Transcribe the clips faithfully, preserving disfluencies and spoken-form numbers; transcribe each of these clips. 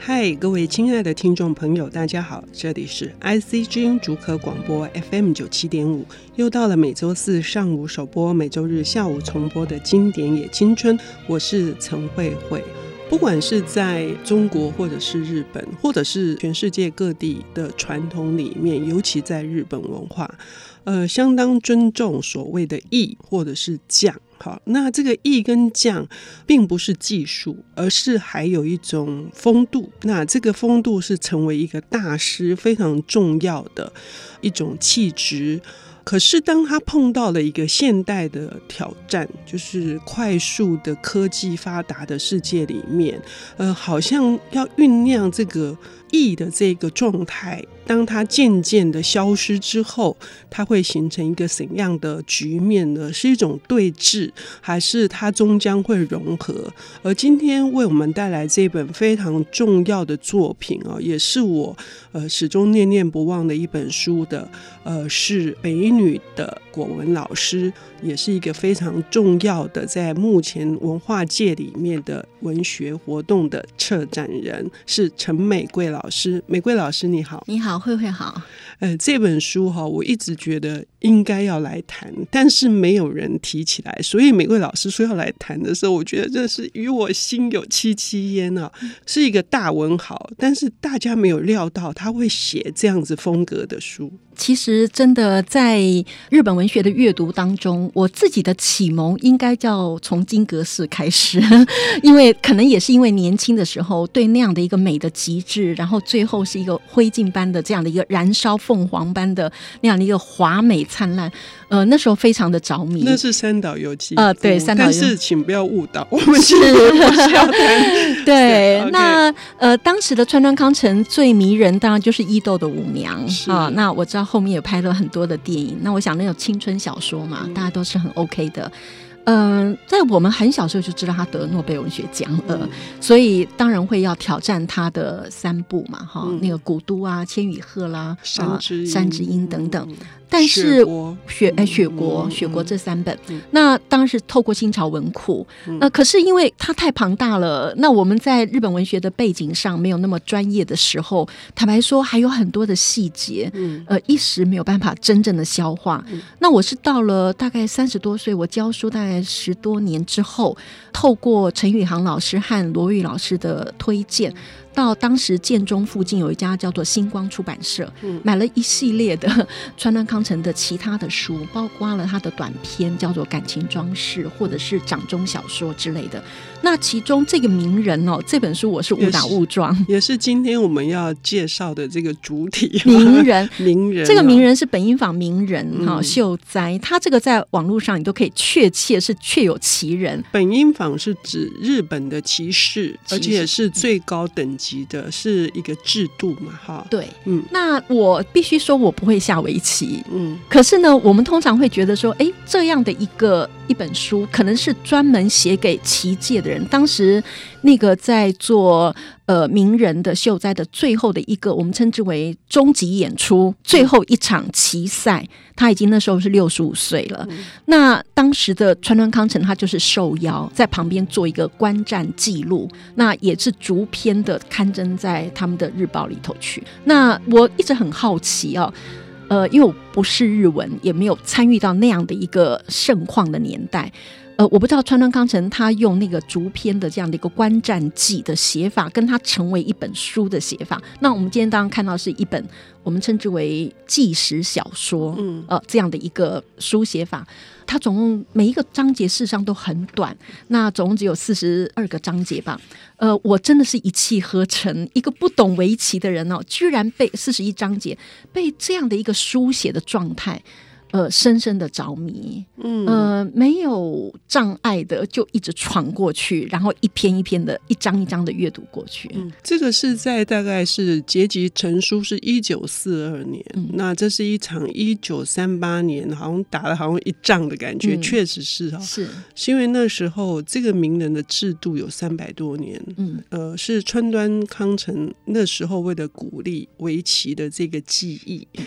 嗨，各位亲爱的听众朋友，大家好，这里是 I C 之音竹科广播 F M 九十七点五，又到了每周四上午首播，每周日下午重播的经典也青春，我是陈慧慧。不管是在中国或者是日本，或者是全世界各地的传统里面，尤其在日本文化，呃，相当尊重所谓的艺或者是匠。好，那这个艺跟匠并不是技术，而是还有一种风度。那这个风度是成为一个大师非常重要的一种气质。可是当他碰到了一个现代的挑战，就是快速的科技发达的世界里面，呃，好像要酝酿这个艺的这个状态，当它渐渐的消失之后，它会形成一个怎样的局面呢？是一种对峙，还是它终将会融合？而今天为我们带来这本非常重要的作品啊，也是我呃始终念念不忘的一本书的，呃，是北一女的果文老师，也是一个非常重要的在目前文化界里面的文学活动的策展人，是陈美桂老师。美桂老师你好。 你好，慧慧好。 呃，这本书哈，我一直觉得应该要来谈，但是没有人提起来，所以美桂老师说要来谈的时候，我觉得这是与我心有戚戚焉啊，是一个大文豪，但是大家没有料到他会写这样子风格的书。 其实真的在日本文学的阅读当中，我自己的启蒙应该叫从金阁寺开始，因为可能也是因为年轻的时候对那样的一个美的极致，然后最后是一个灰烬般的这样的一个燃烧凤凰般的那样的一个华美灿烂，呃，那时候非常的着迷。 那是三岛由纪夫， 呃，对，三岛由纪夫， 但是请不要误导，我们是不是要谈？ 对， okay. 那呃，当时的川端康成最迷人，当然就是伊豆的舞娘啊。那我知道后面也拍了很多的电影，那我想那种青春小说嘛，嗯、大家都是很 OK 的。嗯、呃，在我们很小时候就知道他得诺贝尔文学奖了、嗯，所以当然会要挑战他的三部嘛，哈、嗯，那个古都啊、千与鹤啦、 山之音、 山之音等等。 嗯， 但是雪国雪哎雪国、嗯、雪国这三本、 嗯， 那当时透过新潮文库， 嗯、 呃，可是因为它太庞大了，那我们在日本文学的背景上没有那么专业的时候，坦白说还有很多的细节，嗯，呃，一时没有办法真正的消化。嗯、那我是到了大概三十多岁，我教书大概十多年之后，透过陈宇航老师和罗玉老师的推荐。到当时建中附近有一家叫做星光出版社、嗯、买了一系列的川端康成的其他的书，包括了他的短篇叫做感情装饰或者是掌中小说之类的。那其中这个名人哦，这本书我是误打误撞， 也 是, 也是今天我们要介绍的这个主体名人名人、哦、 这个名人是本因坊名人、哦嗯、 秀哉，他这个在网络上你都可以确切是确有其人。 本因坊是指日本的骑士，而且是最高等级的，是一个制度嘛，哈。 对， 嗯， 那我必须说我不会下围棋， 嗯， 可是呢，我们通常会觉得说，哎，这样的一个一本书，可能是专门写给棋界的人。当时那个在做呃名人的秀哉的最后的一个，我们称之为终极演出，最后一场棋赛，他已经那时候是六十五岁了、嗯。那当时的川端康成他就是受邀在旁边做一个观战记录，那也是逐篇的刊登在他们的日报里头去。那我一直很好奇哦。呃，因为我不是日文，也没有参与到那样的一个盛况的年代。呃，我不知道川端康成他用那个逐篇的这样的一个观战记的写法，跟他成为一本书的写法。那我们今天当然看到是一本我们称之为纪实小说，嗯，呃，这样的一个书写法。它总共每一个章节事实上都很短，那总共只有四十二个章节吧。呃，我真的是一气呵成，一个不懂围棋的人哦，居然被四十一章节被这样的一个书写的状态。呃，深深的着迷，嗯，呃，没有障碍的就一直闯过去，然后一篇一篇的，一章一章的阅读过去。 嗯，这个是在大概是结集成书是一九四二年、嗯，那这是一场一九三八年好像打了好像一仗的感觉，确、嗯、实是哈、哦， 是是因为那时候这个名人的制度有三百多年，嗯，呃，是川端康成那时候为了鼓励围棋的这个技艺。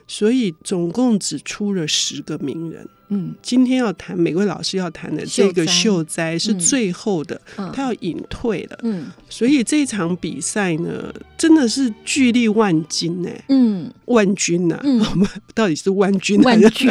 所以总共只出了十个名人。 嗯， 今天要谈美桂老师要谈的这个秀哉是最后的， 嗯、 他要隐退了。 嗯， 所以这场比赛呢，真的是巨力万金哎、欸，嗯，万军呐、啊，嗯、到底是万军万军？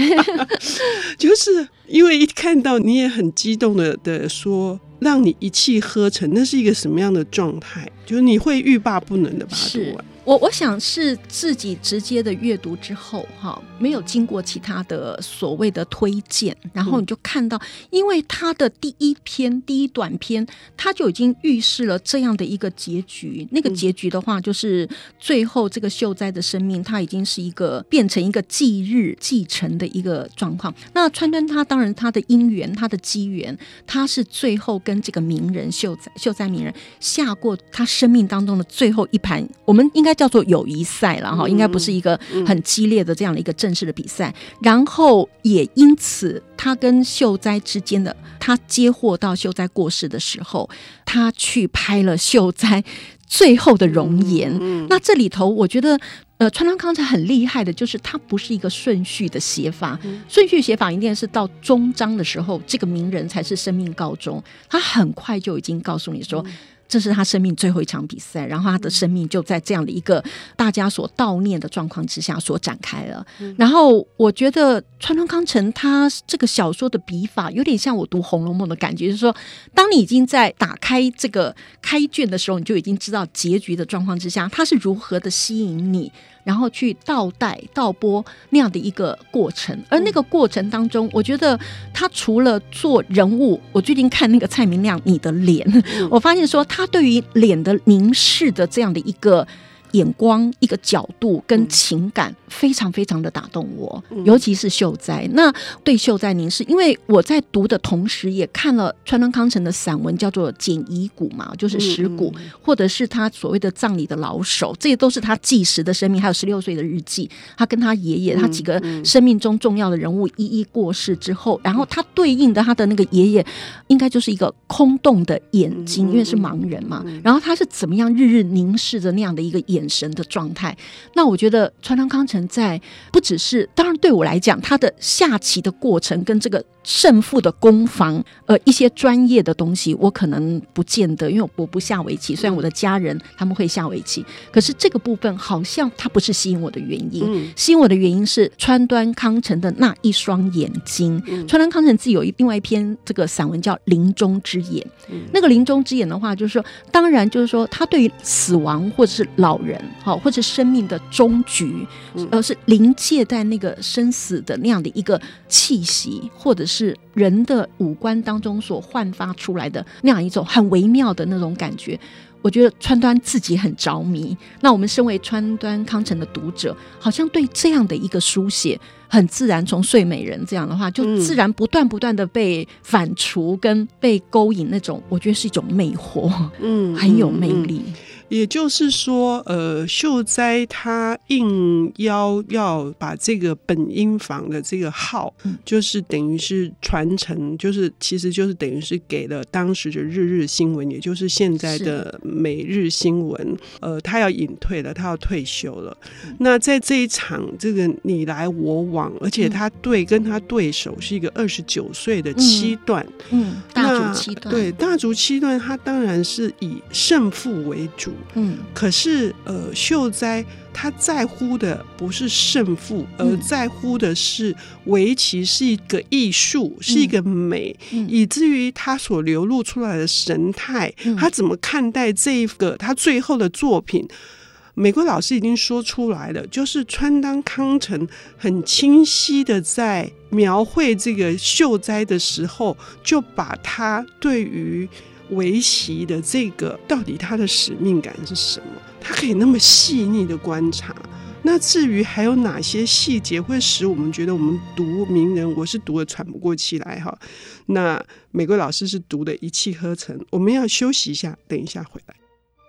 就是因为一看到你也很激动的的说，让你一气呵成，那是一个什么样的状态？就是你会欲罢不能的把它读完。 我我想是自己直接的阅读之后哈，没有经过其他的所谓的推荐，然后你就看到，因为他的第一篇第一短篇，他就已经预示了这样的一个结局。那个结局的话，就是最后这个秀哉的生命，他已经是一个变成一个继日继承的一个状况。那川端他当然他的因缘，他的机缘，他是最后跟这个名人秀哉秀哉名人下过他生命当中的最后一盘，我们应该叫做友谊赛了哈，应该不是一个很激烈的这样的一个正式的比赛。然后也因此，他跟秀哉之间的，他接获到秀哉过世的时候，他去拍了秀哉最后的容颜。嗯嗯、那这里头，我觉得。呃，川端康成很厉害的，就是他不是一个顺序的写法，嗯、顺序写法一定是到终章的时候，这个名人才是生命告终。他很快就已经告诉你说。嗯这是他生命最后一场比赛，然后他的生命就在这样的一个大家所悼念的状况之下所展开了。嗯、然后我觉得川端康成他这个小说的笔法有点像我读《红楼梦》的感觉，就是说当你已经在打开这个开卷的时候，你就已经知道结局的状况之下，他是如何的吸引你，然后去倒带倒播那样的一个过程。而那个过程当中，我觉得他除了做人物，我最近看那个蔡明亮你的脸，嗯、我发现说他对于脸的凝视的这样的一个眼光一个角度跟情感非常非常的打动我，嗯、尤其是秀哉。那对秀哉凝视，因为我在读的同时也看了川端康成的散文叫做简遗骨嘛，就是石骨，嗯嗯、或者是他所谓的葬礼的老手，这些都是他纪实的生命，还有十六岁的日记，他跟他爷爷他几个生命中重要的人物一一过世之后，然后他对应的他的那个爷爷应该就是一个空洞的眼睛，因为是盲人嘛，然后他是怎么样日日凝视着那样的一个眼神的状态。那我觉得川端康成在不只是，当然对我来讲他的下棋的过程跟这个胜负的攻防，呃，一些专业的东西我可能不见得，因为我不下围棋，虽然我的家人他们会下围棋，可是这个部分好像它不是吸引我的原因，嗯、吸引我的原因是川端康成的那一双眼睛。嗯、川端康成自己有另外一篇这个散文叫《临终之眼》，嗯、那个临终之眼的话，就是说，当然就是说，他对于死亡或者是老人，好，或者生命的终局，而、呃、是临界在那个生死的那样的一个气息，或者是人的五官当中所焕发出来的那样一种很微妙的那种感觉，我觉得川端自己很着迷。那我们身为川端康成的读者，好像对这样的一个书写很自然，从睡美人这样的话，就自然不断不断的被反刍跟被勾引，那种我觉得是一种魅惑，嗯，很有魅力。嗯嗯也就是说，呃，秀哉他应邀要把这个本因坊的这个号，嗯、就是等于是传承，就是其实就是等于是给了当时的日日新闻，也就是现在的每日新闻。呃，他要隐退了，他要退休了。嗯、那在这一场这个你来我往，而且他对跟他对手是一个二十九岁的七段， 嗯，嗯大竹七段， 对大竹七段，他当然是以胜负为主。嗯，可是呃，秀哉他在乎的不是胜负，而在乎的是围棋是一个艺术，嗯、是一个美，嗯、以至于他所流露出来的神态，嗯、他怎么看待这个他最后的作品。美国老师已经说出来了，就是川端康成很清晰的在描绘这个秀哉的时候，就把他对于围棋的这个到底他的使命感是什么，他可以那么细腻的观察。那至于还有哪些细节会使我们觉得我们读名人，我是读的喘不过气来哈，那美国老师是读的一气呵成。我们要休息一下，等一下回来。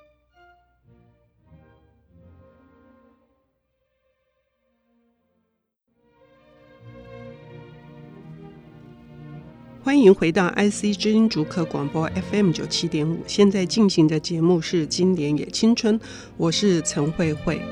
欢迎回到 I C 知音竹科广播 F M 九七点五，现在进行的节目是经典也青春，我是陈慧慧。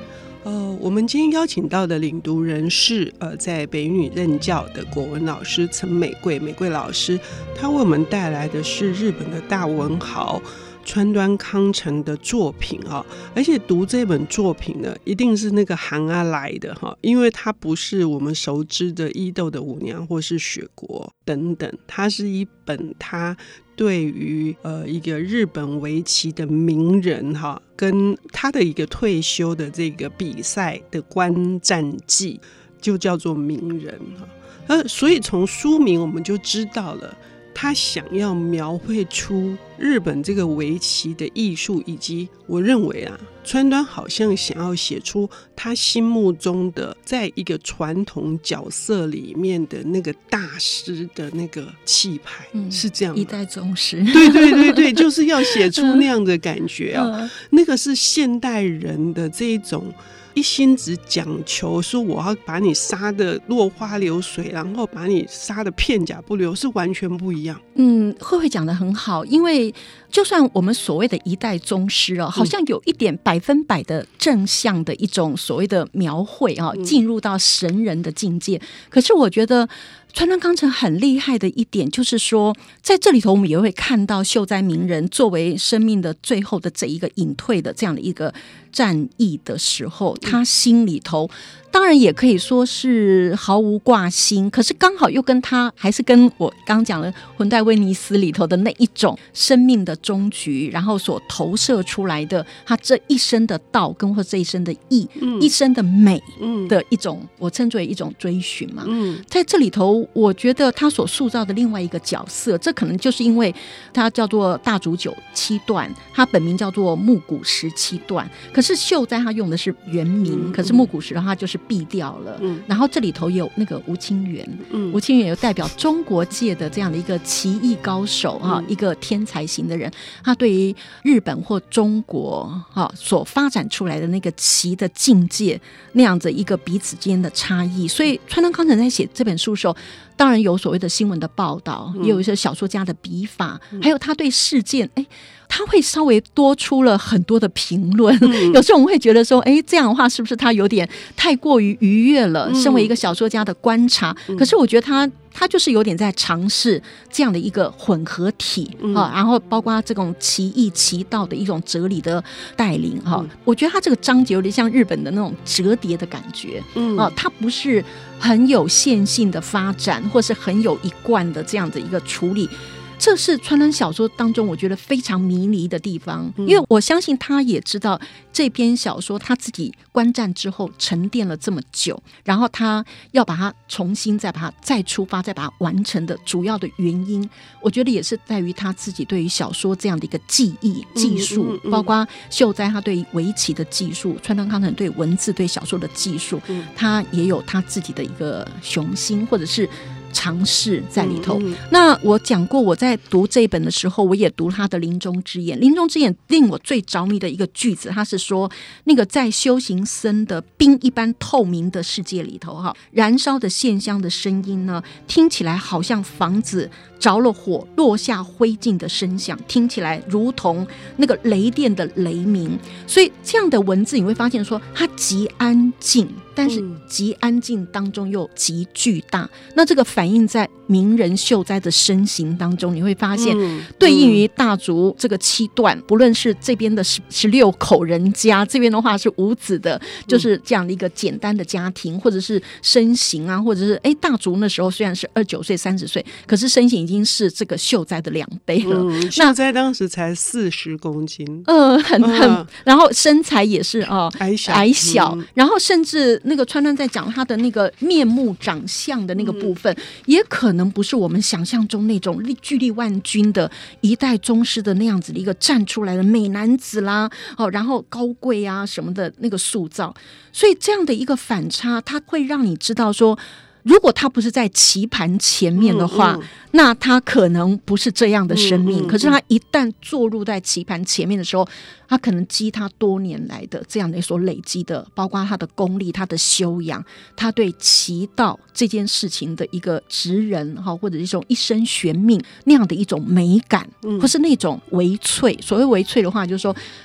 呃，我们今天邀请到的领读人是呃，在北一女任教的国文老师陈美桂，美桂老师，她为我们带来的是日本的大文豪川端康成的作品啊，而且读这本作品呢，一定是那个行啊来的哈，因为它不是我们熟知的伊豆的舞娘或是雪国等等，它是一本它对于呃一个日本围棋的名人哈，跟他的一个退休的这个比赛的观战记，就叫做名人哈。呃，所以从书名我们就知道了。他想要描绘出日本这个围棋的艺术，以及我认为啊，川端好像想要写出他心目中的在一个传统角色里面的那个大师的那个气派，嗯、是这样吗？ 一代宗师， 对对对对，就是要写出那样的感觉啊、哦，那个是现代人的这一种。一心只讲求说我要把你杀得落花流水，然后把你杀得片甲不留，是完全不一样。 嗯，慧慧讲得很好，因为就算我们所谓的一代宗师哦，好像有一点百分百的正向的一种所谓的描绘啊，进入到神人的境界。可是我觉得川端康成很厉害的一点就是说，在这里头我们也会看到秀哉鸣人作为生命的最后的这一个隐退的这样的一个战役的时候，他心里头当然也可以说是毫无挂心，可是刚好又跟他还是跟我刚讲的魂带威尼斯里头的那一种生命的终局，然后所投射出来的他这一生的道跟或这一生的义、嗯、一生的美的一种、嗯、我称之为一种追寻嘛、嗯、在这里头我觉得他所塑造的另外一个角色，这可能就是因为他叫做大竹久七段，他本名叫做木谷实七段，可是秀哉他用的是原名、嗯、可是木谷实他就是毙掉了、嗯、然后这里头有那个吴清源、嗯、吴清源有代表中国界的这样的一个棋艺高手、嗯、一个天才型的人，他对于日本或中国所发展出来的那个棋的境界那样子一个彼此间的差异，所以川端康成在写这本书的时候当然有所谓的新闻的报道、嗯、也有一些小说家的笔法、嗯、还有他对事件哎他会稍微多出了很多的评论、嗯、有时候我们会觉得说哎，这样的话是不是他有点太过于愉悦了、嗯、身为一个小说家的观察、嗯、可是我觉得他他就是有点在尝试这样的一个混合体、嗯啊、然后包括这种棋艺棋道的一种哲理的带领、啊嗯、我觉得他这个章节有点像日本的那种折叠的感觉、嗯啊、它不是很有线性的发展或是很有一贯的这样的一个处理，这是川端小说当中我觉得非常迷离的地方、嗯、因为我相信他也知道这篇小说他自己观战之后沉淀了这么久，然后他要把它重新再把它再出发再把它完成的主要的原因，我觉得也是在于他自己对于小说这样的一个技艺技术、嗯嗯嗯、包括秀哉他对围棋的技术，川端康成对文字对小说的技术、嗯、他也有他自己的一个雄心或者是尝试在里头、嗯嗯、那我讲过我在读这一本的时候我也读他的临终之眼，临终之眼令我最着迷的一个句子，他是说那个在修行僧的冰一般透明的世界里头哈，燃烧的线香的声音呢，听起来好像房子着了火落下灰烬的声响，听起来如同那个雷电的雷鸣，所以这样的文字你会发现说它极安静，但是极安静当中又极巨大、嗯、那这个反映在名人秀哉的身形当中，你会发现、嗯、对应于大竹这个七段、嗯、不论是这边的十六口人家，这边的话是五子的、嗯、就是这样的一个简单的家庭，或者是身形啊，或者是哎大竹那时候虽然是二十九岁三十岁，可是身形已经是这个秀哉的两倍了、嗯、 秀哉当时才四十公斤， 呃很很、嗯、然后身材也是哦、呃、 矮小矮小、嗯、然后甚至那个川端在讲他的那个面目长相的那个部分、嗯、也可能不是我们想象中那种巨力万钧的一代宗师的那样子的一个站出来的美男子啦、哦、然后高贵啊什么的那个塑造，所以这样的一个反差它会让你知道说如果他不是在棋盘前面的话、嗯嗯、那他可能不是这样的生命、嗯嗯、可是他一旦坐入在棋盘前面的时候，他可能积他多年来的这样的所累积的，包括他的功力他的修养，他对棋道这件事情的一个职人或者一种一生悬命那样的一种美感、嗯、或是那种微萃，所谓微萃的话就是说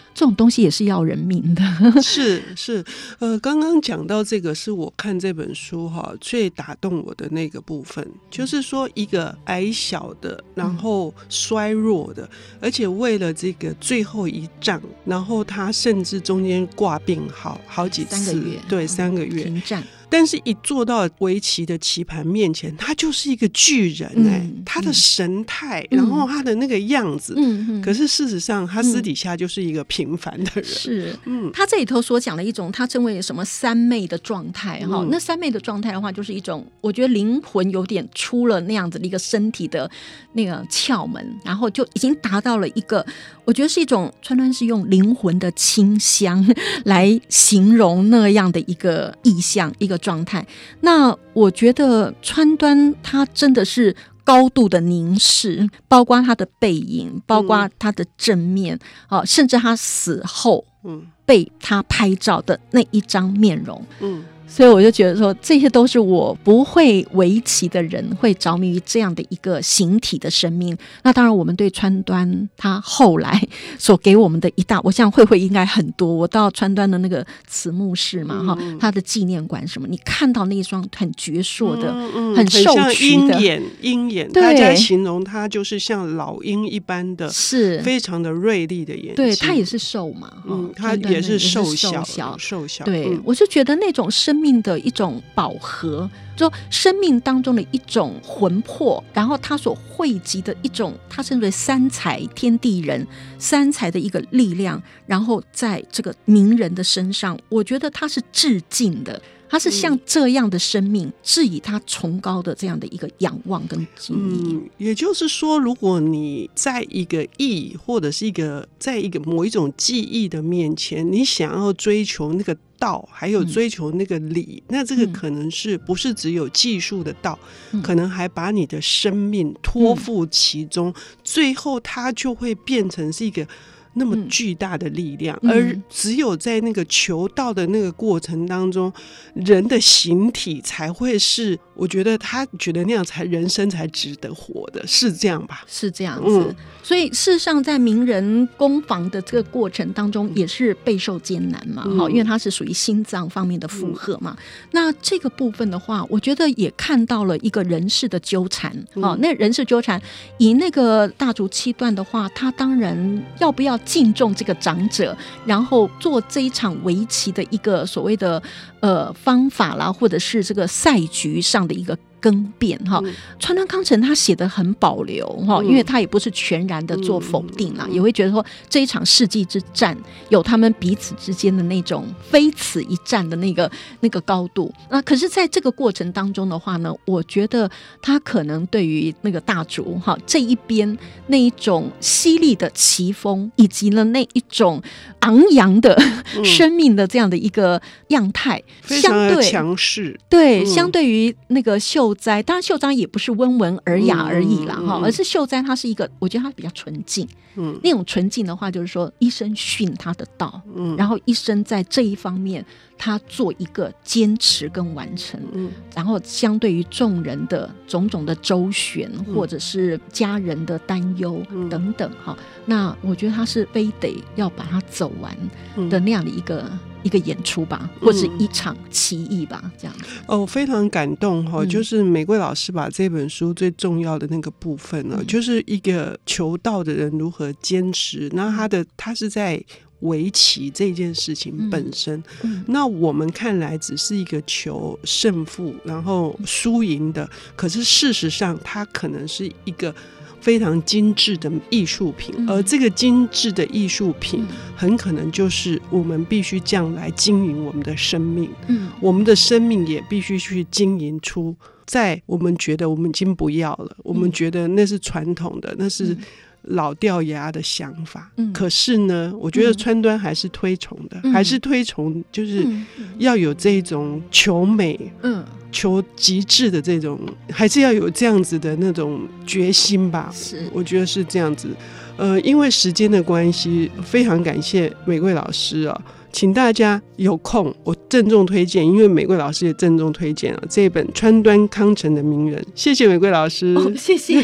这种东西也是要人命的。 是是，呃，刚刚讲到这个，是我看这本书哈最打动我的那个部分，就是说一个矮小的，然后衰弱的，而且为了这个最后一仗，然后他甚至中间挂病好好几次， 三个月， 对，三个月停战。 但是一坐到围棋的棋盘面前，他就是一个巨人哎、欸嗯，他的神态、嗯，然后他的那个样子，嗯嗯，可是事实上他私底下就是一个平凡的人。 是，嗯，他这里头所讲的一种他称为什么三昧的状态哈、嗯，那三昧的状态的话，就是一种我觉得灵魂有点出了那样子的一个身体的那个窍门，然后就已经达到了一个，我觉得是一种川端是用灵魂的清香来形容那样的一个意象，一个状态。那我觉得川端他真的是高度的凝视，包括他的背影，包括他的正面、嗯啊、甚至他死后被他拍照的那一张面容，嗯，所以我就觉得说这些都是我不会围棋的人会着迷于这样的一个形体的生命。那当然我们对川端他后来所给我们的一大，我想慧慧应该很多，我到川端的那个慈木寺嘛、嗯、他的纪念馆什么，你看到那一双很矍铄的、嗯嗯、很瘦曲的鹰眼，鹰眼大家形容他就是像老鹰一般的，是非常的锐利的眼睛。 对，他也是瘦嘛、嗯、 他也是瘦小瘦小。 对、嗯、我是觉得那种生命的一种饱和，就生命当中的一种魂魄，然后他所汇集的一种他称为三才天地人三才的一个力量，然后在这个名人的身上，我觉得他是致敬的，他是像这样的生命致以他崇高的这样的一个仰望跟敬意、 嗯、也就是说如果你在一个意或者是一个在一个某一种技艺的面前，你想要追求那个道还有追求那个理、嗯、那这个可能是不是只有技术的道、嗯、可能还把你的生命托付其中、嗯、最后它就会变成是一个那么巨大的力量、嗯、而只有在那个求道的那个过程当中、嗯、人的形体才会是，我觉得他觉得那样才人生才值得活的，是这样吧？ 是这样子、嗯、所以事实上在名人攻防的这个过程当中也是备受艰难嘛、嗯、因为它是属于心脏方面的负荷嘛、嗯、那这个部分的话我觉得也看到了一个人事的纠缠、嗯、那人事纠缠以那个大竹七段的话，他当然要不要敬重这个长者，然后做这一场围棋的一个所谓的呃方法啦，或者是这个赛局上的一个更变哈、嗯，川端康成他写得很保留哈、嗯，因为他也不是全然的做否定啦、嗯，也会觉得说这一场世纪之战有他们彼此之间的那种非此一战的那个那个高度。那可是在这个过程当中的话呢，我觉得他可能对于那个大竹哈这一边那一种犀利的棋风，以及呢那一种昂扬的、嗯、生命的这样的一个样态， 非常的强势。 对、嗯，相对于那个秀哉，当然秀哉也不是温文尔雅而已啦、嗯嗯、而是秀哉他是一个，我觉得他比较纯净。嗯，那种纯净的话就是说一生训他的道、嗯、然后一生在这一方面他做一个坚持跟完成、嗯、然后相对于众人的种种的周旋、嗯、或者是家人的担忧、嗯、等等、嗯、那我觉得他是非得要把它走完的那样的一个、嗯一个演出吧，或是一场棋艺吧、嗯、这样哦，非常感动、哦嗯、就是玫瑰老师把这本书最重要的那个部分呢、哦嗯，就是一个求道的人如何坚持，那他的他是在围棋这件事情本身、嗯嗯、那我们看来只是一个求胜负然后输赢的，可是事实上它可能是一个非常精致的艺术品、嗯、而这个精致的艺术品很可能就是我们必须这样来经营我们的生命、嗯、我们的生命也必须去经营出在我们觉得我们已经不要了、嗯、我们觉得那是传统的，那是老掉牙的想法、嗯、可是呢我觉得川端还是推崇的、嗯、还是推崇就是要有这种求美、嗯、求极致的这种，还是要有这样子的那种决心吧，是我觉得是这样子。呃，因为时间的关系，非常感谢玫瑰老师啊，请大家有空我郑重推荐，因为玫瑰老师也郑重推荐了这本川端康成的名人。谢谢玫瑰老师、 哦、谢谢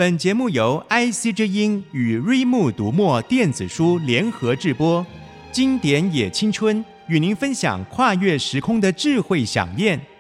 本节目由 I C 之音与瑞木读墨电子书联合制播，经典也青春与您分享跨越时空的智慧饗宴。